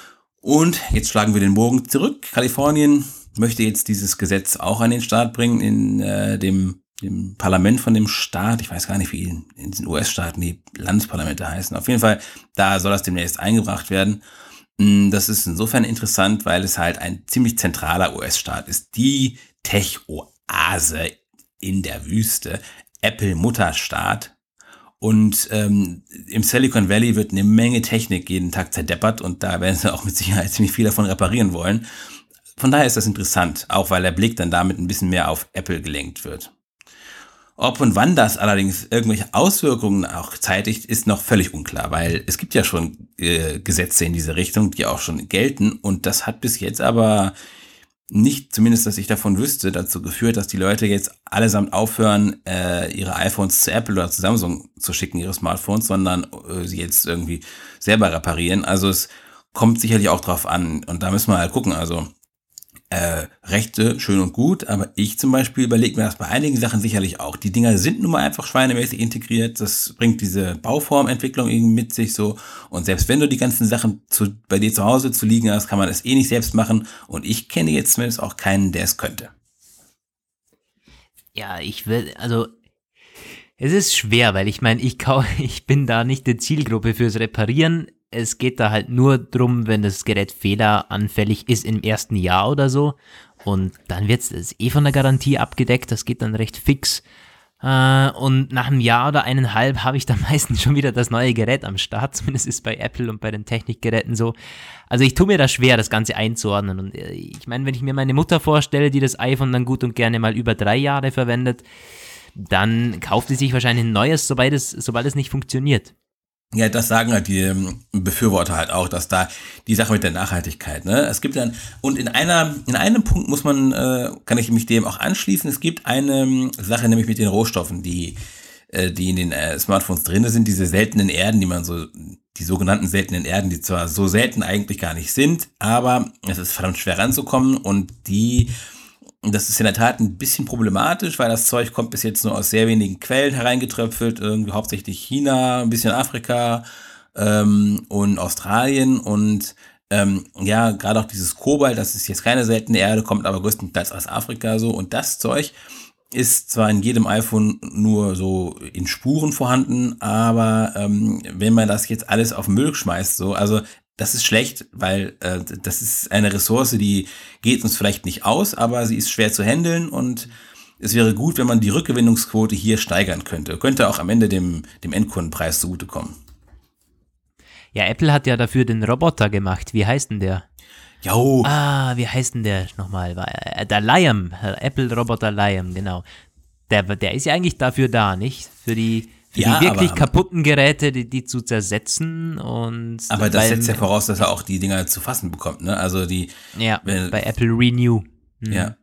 Und jetzt schlagen wir den Bogen zurück. Kalifornien möchte jetzt dieses Gesetz auch an den Start bringen in äh, dem, dem Parlament von dem Staat. Ich weiß gar nicht, wie in, in den U S-Staaten die Landesparlamente heißen. Auf jeden Fall, da soll das demnächst eingebracht werden. Das ist insofern interessant, weil es halt ein ziemlich zentraler U S-Staat ist. Die Tech-Oase in der Wüste. Apple-Mutterstaat. Und ähm, im Silicon Valley wird eine Menge Technik jeden Tag zerdeppert und da werden sie auch mit Sicherheit ziemlich viel davon reparieren wollen. Von daher ist das interessant, auch weil der Blick dann damit ein bisschen mehr auf Apple gelenkt wird. Ob und wann das allerdings irgendwelche Auswirkungen auch zeitigt, ist noch völlig unklar, weil es gibt ja schon äh, Gesetze in diese Richtung, die auch schon gelten und das hat bis jetzt aber nicht, zumindest dass ich davon wüsste, dazu geführt, dass die Leute jetzt allesamt aufhören, äh, ihre iPhones zu Apple oder zu Samsung zu schicken, ihre Smartphones, sondern äh, sie jetzt irgendwie selber reparieren. Also es kommt sicherlich auch drauf an und da müssen wir halt gucken, also Äh, Rechte, schön und gut, aber ich zum Beispiel überlege mir das bei einigen Sachen sicherlich auch. Die Dinger sind nun mal einfach schweinemäßig integriert, das bringt diese Bauformentwicklung irgendwie mit sich so und selbst wenn du die ganzen Sachen zu, bei dir zu Hause zu liegen hast, kann man es eh nicht selbst machen und ich kenne jetzt zumindest auch keinen, der es könnte. Ja, ich will, also es ist schwer, weil ich meine, ich, kau- ich bin da nicht die Zielgruppe fürs Reparieren. Es geht da halt nur drum, wenn das Gerät fehleranfällig ist im ersten Jahr oder so. Und dann wird es eh von der Garantie abgedeckt. Das geht dann recht fix. Äh, und nach einem Jahr oder eineinhalb habe ich dann meistens schon wieder das neue Gerät am Start. Zumindest ist es bei Apple und bei den Technikgeräten so. Also ich tue mir da schwer, das Ganze einzuordnen. Und ich meine, wenn ich mir meine Mutter vorstelle, die das iPhone dann gut und gerne mal über drei Jahre verwendet, dann kauft sie sich wahrscheinlich ein neues, sobald es, sobald es nicht funktioniert. Ja, das sagen halt die Befürworter halt auch, dass da die Sache mit der Nachhaltigkeit, ne, es gibt dann, und in einer, in einem Punkt muss man, äh, kann ich mich dem auch anschließen, es gibt eine Sache, nämlich mit den Rohstoffen, die, äh, die in den äh, Smartphones drin sind, diese seltenen Erden, die man so, die sogenannten seltenen Erden, die zwar so selten eigentlich gar nicht sind, aber es ist verdammt schwer ranzukommen und die das ist in der Tat ein bisschen problematisch, weil das Zeug kommt bis jetzt nur aus sehr wenigen Quellen hereingetröpfelt, irgendwie hauptsächlich China, ein bisschen Afrika ähm, und Australien und ähm, ja, gerade auch dieses Kobalt, das ist jetzt keine seltene Erde, kommt aber größtenteils aus Afrika so und das Zeug ist zwar in jedem iPhone nur so in Spuren vorhanden, aber ähm, wenn man das jetzt alles auf den Müll schmeißt, so, also das ist schlecht, weil äh, das ist eine Ressource, die geht uns vielleicht nicht aus, aber sie ist schwer zu handeln und es wäre gut, wenn man die Rückgewinnungsquote hier steigern könnte. Könnte auch am Ende dem, dem Endkundenpreis zugutekommen. Ja, Apple hat ja dafür den Roboter gemacht. Wie heißt denn der? Jo. Ah, wie heißt denn der nochmal? War- äh, Der Liam, Apple-Roboter Liam, genau. Der, der ist ja eigentlich dafür da, nicht? Für die, für Ja, die wirklich aber- kaputten Geräte, die, die zu zersetzen und... Aber das beim- setzt ja voraus, dass er auch die Dinger zu fassen bekommt, ne? Also die, Ja, wenn- bei Apple Renew. Mhm. ja.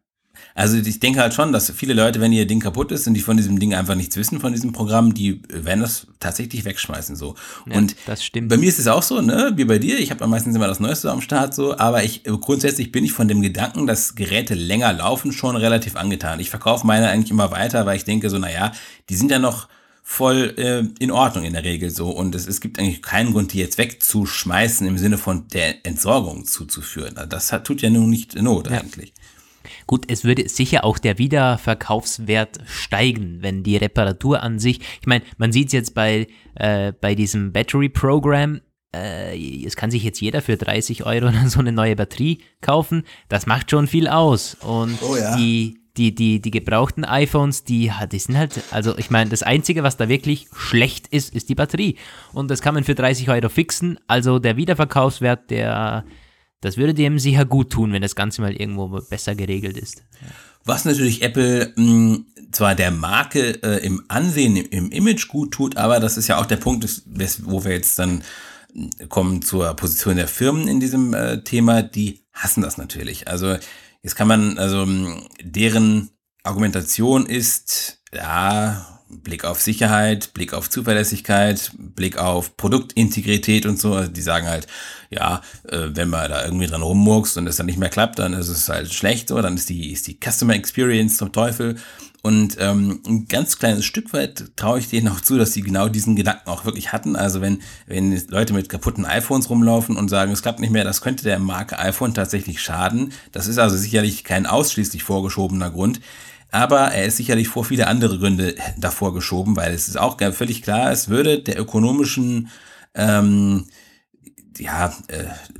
Also ich denke halt schon, dass viele Leute, wenn ihr Ding kaputt ist und die von diesem Ding einfach nichts wissen, von diesem Programm, die werden das tatsächlich wegschmeißen so. Ja, und das stimmt. Bei mir ist es auch so, ne, wie bei dir, ich habe meistens immer das Neueste am Start so, aber ich grundsätzlich bin ich von dem Gedanken, dass Geräte länger laufen, schon relativ angetan. Ich verkaufe meine eigentlich immer weiter, weil ich denke so, naja, die sind ja noch voll äh, in Ordnung in der Regel so und es, es gibt eigentlich keinen Grund, die jetzt wegzuschmeißen im Sinne von der Entsorgung zuzuführen. Also das hat, tut ja nun nicht Not Ja. eigentlich. Gut, es würde sicher auch der Wiederverkaufswert steigen, wenn die Reparatur an sich, ich meine, man sieht es jetzt bei, äh, bei diesem Battery-Programm, äh, es kann sich jetzt jeder für dreißig Euro so eine neue Batterie kaufen, das macht schon viel aus und Oh ja. die, die, die, die gebrauchten iPhones, die, die sind halt, also ich meine, das Einzige, was da wirklich schlecht ist, ist die Batterie und das kann man für dreißig Euro fixen, also der Wiederverkaufswert, der das würde dem sicher gut tun, wenn das Ganze mal irgendwo besser geregelt ist. Was natürlich Apple mh, zwar der Marke äh, im Ansehen, im, im Image gut tut, aber das ist ja auch der Punkt, des, wo wir jetzt dann kommen zur Position der Firmen in diesem äh, Thema, die hassen das natürlich. Also jetzt kann man, also mh, deren Argumentation ist, ja, Blick auf Sicherheit, Blick auf Zuverlässigkeit, Blick auf Produktintegrität und so. Also die sagen halt, ja, äh, wenn man da irgendwie dran rummurkst und es dann nicht mehr klappt, dann ist es halt schlecht, so, dann ist die, ist die Customer Experience zum Teufel. Und ähm, ein ganz kleines Stück weit traue ich denen auch zu, dass sie genau diesen Gedanken auch wirklich hatten. Also wenn, wenn Leute mit kaputten iPhones rumlaufen und sagen, es klappt nicht mehr, das könnte der Marke iPhone tatsächlich schaden. Das ist also sicherlich kein ausschließlich vorgeschobener Grund. Aber er ist sicherlich vor viele andere Gründe davor geschoben, weil es ist auch völlig klar, es würde der ökonomischen ähm, ja, äh,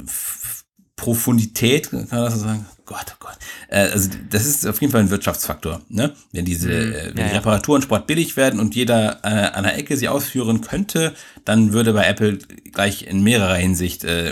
Profundität, kann man das so sagen? Gott, oh Gott. Äh, also das ist auf jeden Fall ein Wirtschaftsfaktor, ne? Wenn diese, Mhm. äh, wenn Ja, die ja. Reparaturen Sport billig werden und jeder äh, an der Ecke sie ausführen könnte, dann würde bei Apple gleich in mehrerer Hinsicht äh,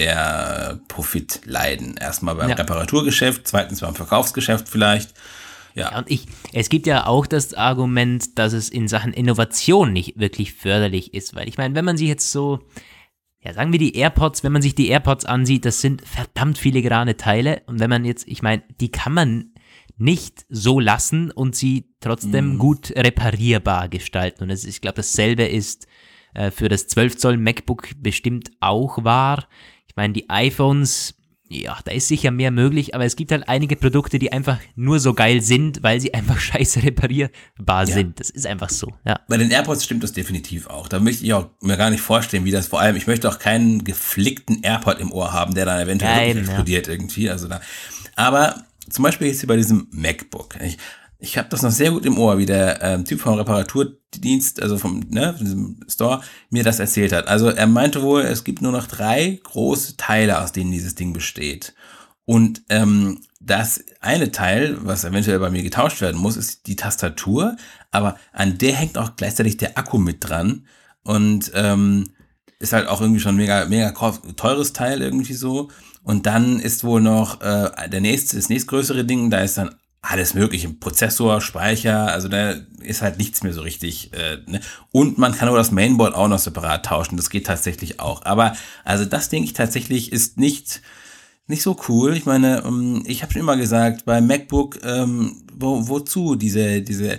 der Profit leiden. Erstmal beim Ja. Reparaturgeschäft, zweitens beim Verkaufsgeschäft vielleicht. Ja, und ich, es gibt ja auch das Argument, dass es in Sachen Innovation nicht wirklich förderlich ist, weil ich meine, wenn man sich jetzt so, ja, sagen wir die AirPods, wenn man sich die AirPods ansieht, das sind verdammt filigrane Teile und wenn man jetzt, ich meine, die kann man nicht so lassen und sie trotzdem Mhm. gut reparierbar gestalten und es, ist- ich glaube, dasselbe ist äh, für das zwölf Zoll MacBook bestimmt auch wahr. Ich meine, die iPhones, ja, da ist sicher mehr möglich, aber es gibt halt einige Produkte, die einfach nur so geil sind, weil sie einfach scheiße reparierbar Ja. sind. Das ist einfach so, ja. Bei den AirPods stimmt das definitiv auch. Da möchte ich auch mir gar nicht vorstellen, wie das vor allem, ich möchte auch keinen geflickten AirPod im Ohr haben, der dann eventuell Ja, wirklich eben, ja. explodiert irgendwie. Also da. Aber zum Beispiel jetzt hier bei diesem MacBook. Ich, ich habe das noch sehr gut im Ohr, wie der ähm, Typ vom Reparaturdienst, also vom ne, von diesem Store, mir das erzählt hat. Also er meinte wohl, es gibt nur noch drei große Teile, aus denen dieses Ding besteht. Und ähm, das eine Teil, was eventuell bei mir getauscht werden muss, ist die Tastatur, aber an der hängt auch gleichzeitig der Akku mit dran und ähm, ist halt auch irgendwie schon mega, mega teures Teil irgendwie so. Und dann ist wohl noch äh, der nächste, das nächstgrößere Ding, da ist dann alles mögliche, Prozessor, Speicher, also da ist halt nichts mehr so richtig. Äh, ne? Und man kann nur das Mainboard auch noch separat tauschen, das geht tatsächlich auch. Aber also das denke ich tatsächlich ist nicht nicht so cool. Ich meine, ähm, ich habe schon immer gesagt, beim MacBook, ähm, wo, wozu diese diese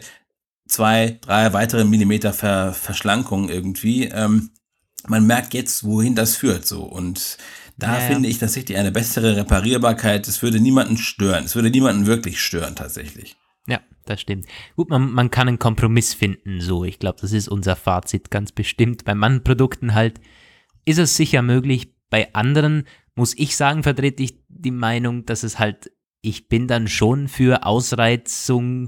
zwei, drei weitere Millimeter Ver, Verschlankung irgendwie. Ähm, man merkt jetzt, wohin das führt so und da Ja, ja. finde ich tatsächlich eine bessere Reparierbarkeit. Es würde niemanden stören. Es würde niemanden wirklich stören tatsächlich. Ja, das stimmt. Gut, man, man kann einen Kompromiss finden, so. Ich glaube, das ist unser Fazit ganz bestimmt. Bei manchen Produkten halt ist es sicher möglich. Bei anderen muss ich sagen, vertrete ich die Meinung, dass es halt, ich bin dann schon für Ausreizung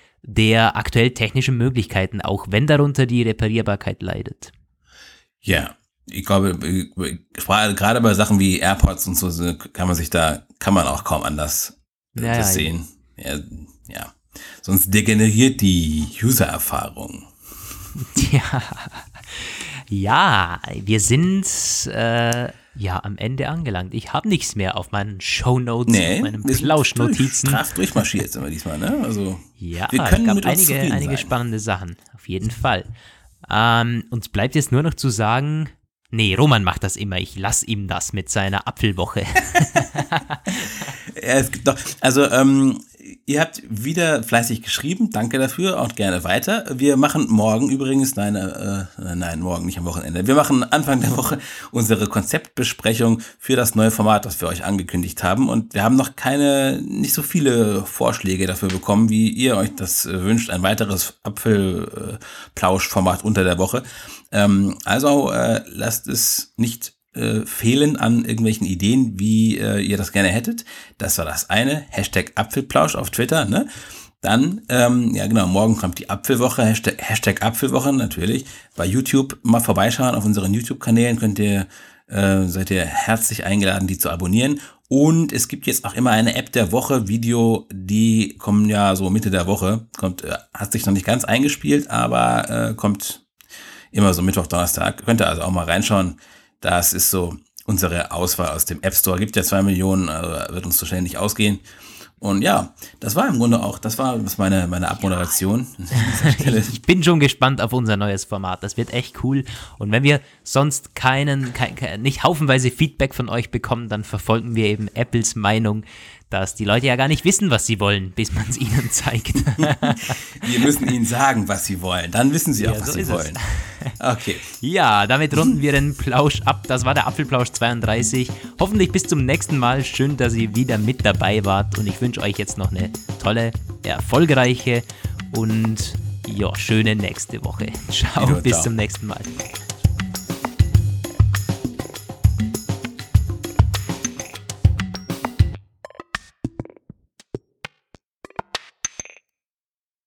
der aktuell technischen Möglichkeiten, auch wenn darunter die Reparierbarkeit leidet. Ja, ich glaube, gerade bei Sachen wie AirPods und so kann man sich da, kann man auch kaum anders äh, Ja, das ja, sehen. Ja, ja. Sonst degeneriert die User-Erfahrung. Ja, ja, wir sind äh, ja am Ende angelangt. Ich habe nichts mehr auf meinen Shownotes, auf meinen wir sind Plauschnotizen. durch, straff durchmarschiert sind wir diesmal, ne? Also, Ja, wir es können gab mit uns einige, zufrieden einige sein. spannende Sachen, auf jeden Fall. Ähm, uns bleibt jetzt nur noch zu sagen, nee, Roman macht das immer, ich lass ihm das mit seiner Apfelwoche. Ja, es gibt doch, also ähm, ihr habt wieder fleißig geschrieben, danke dafür, auch gerne weiter. Wir machen morgen übrigens, nein, äh, nein, morgen nicht am Wochenende, wir machen Anfang der Woche unsere Konzeptbesprechung für das neue Format, das wir euch angekündigt haben und wir haben noch keine, nicht so viele Vorschläge dafür bekommen, wie ihr euch das äh, wünscht, ein weiteres Apfelplausch-Format unter der Woche. Ähm, also äh, lasst es nicht Äh, fehlen an irgendwelchen Ideen, wie äh, ihr das gerne hättet. Das war das eine. Hashtag Apfelplausch auf Twitter, ne? Dann, ähm, ja genau, morgen kommt die Apfelwoche, Hashtag, Hashtag Apfelwoche natürlich. Bei YouTube mal vorbeischauen, auf unseren YouTube-Kanälen könnt ihr, äh, seid ihr herzlich eingeladen, die zu abonnieren. Und es gibt jetzt auch immer eine App der Woche, Video, die kommen ja so Mitte der Woche, kommt, äh, hat sich noch nicht ganz eingespielt, aber äh, kommt immer so Mittwoch, Donnerstag. Könnt ihr also auch mal reinschauen. Das ist so unsere Auswahl aus dem App Store. Gibt ja zwei Millionen, also wird uns so schnell nicht ausgehen. Und ja, das war im Grunde auch, das war meine, meine Abmoderation. Ich bin schon gespannt auf unser neues Format. Das wird echt cool. Und wenn wir sonst keinen, kein, nicht haufenweise Feedback von euch bekommen, dann verfolgen wir eben Apples Meinung, dass die Leute ja gar nicht wissen, was sie wollen, bis man es ihnen zeigt. Wir müssen ihnen sagen, was sie wollen. Dann wissen sie auch, ja, was so sie wollen. Okay. Ja, damit runden wir den Plausch ab. Das war der Apfelplausch zweiunddreißig. Hoffentlich bis zum nächsten Mal. Schön, dass ihr wieder mit dabei wart. Und ich wünsche euch jetzt noch eine tolle, erfolgreiche und ja, schöne nächste Woche. Ciao, bis zum nächsten Mal.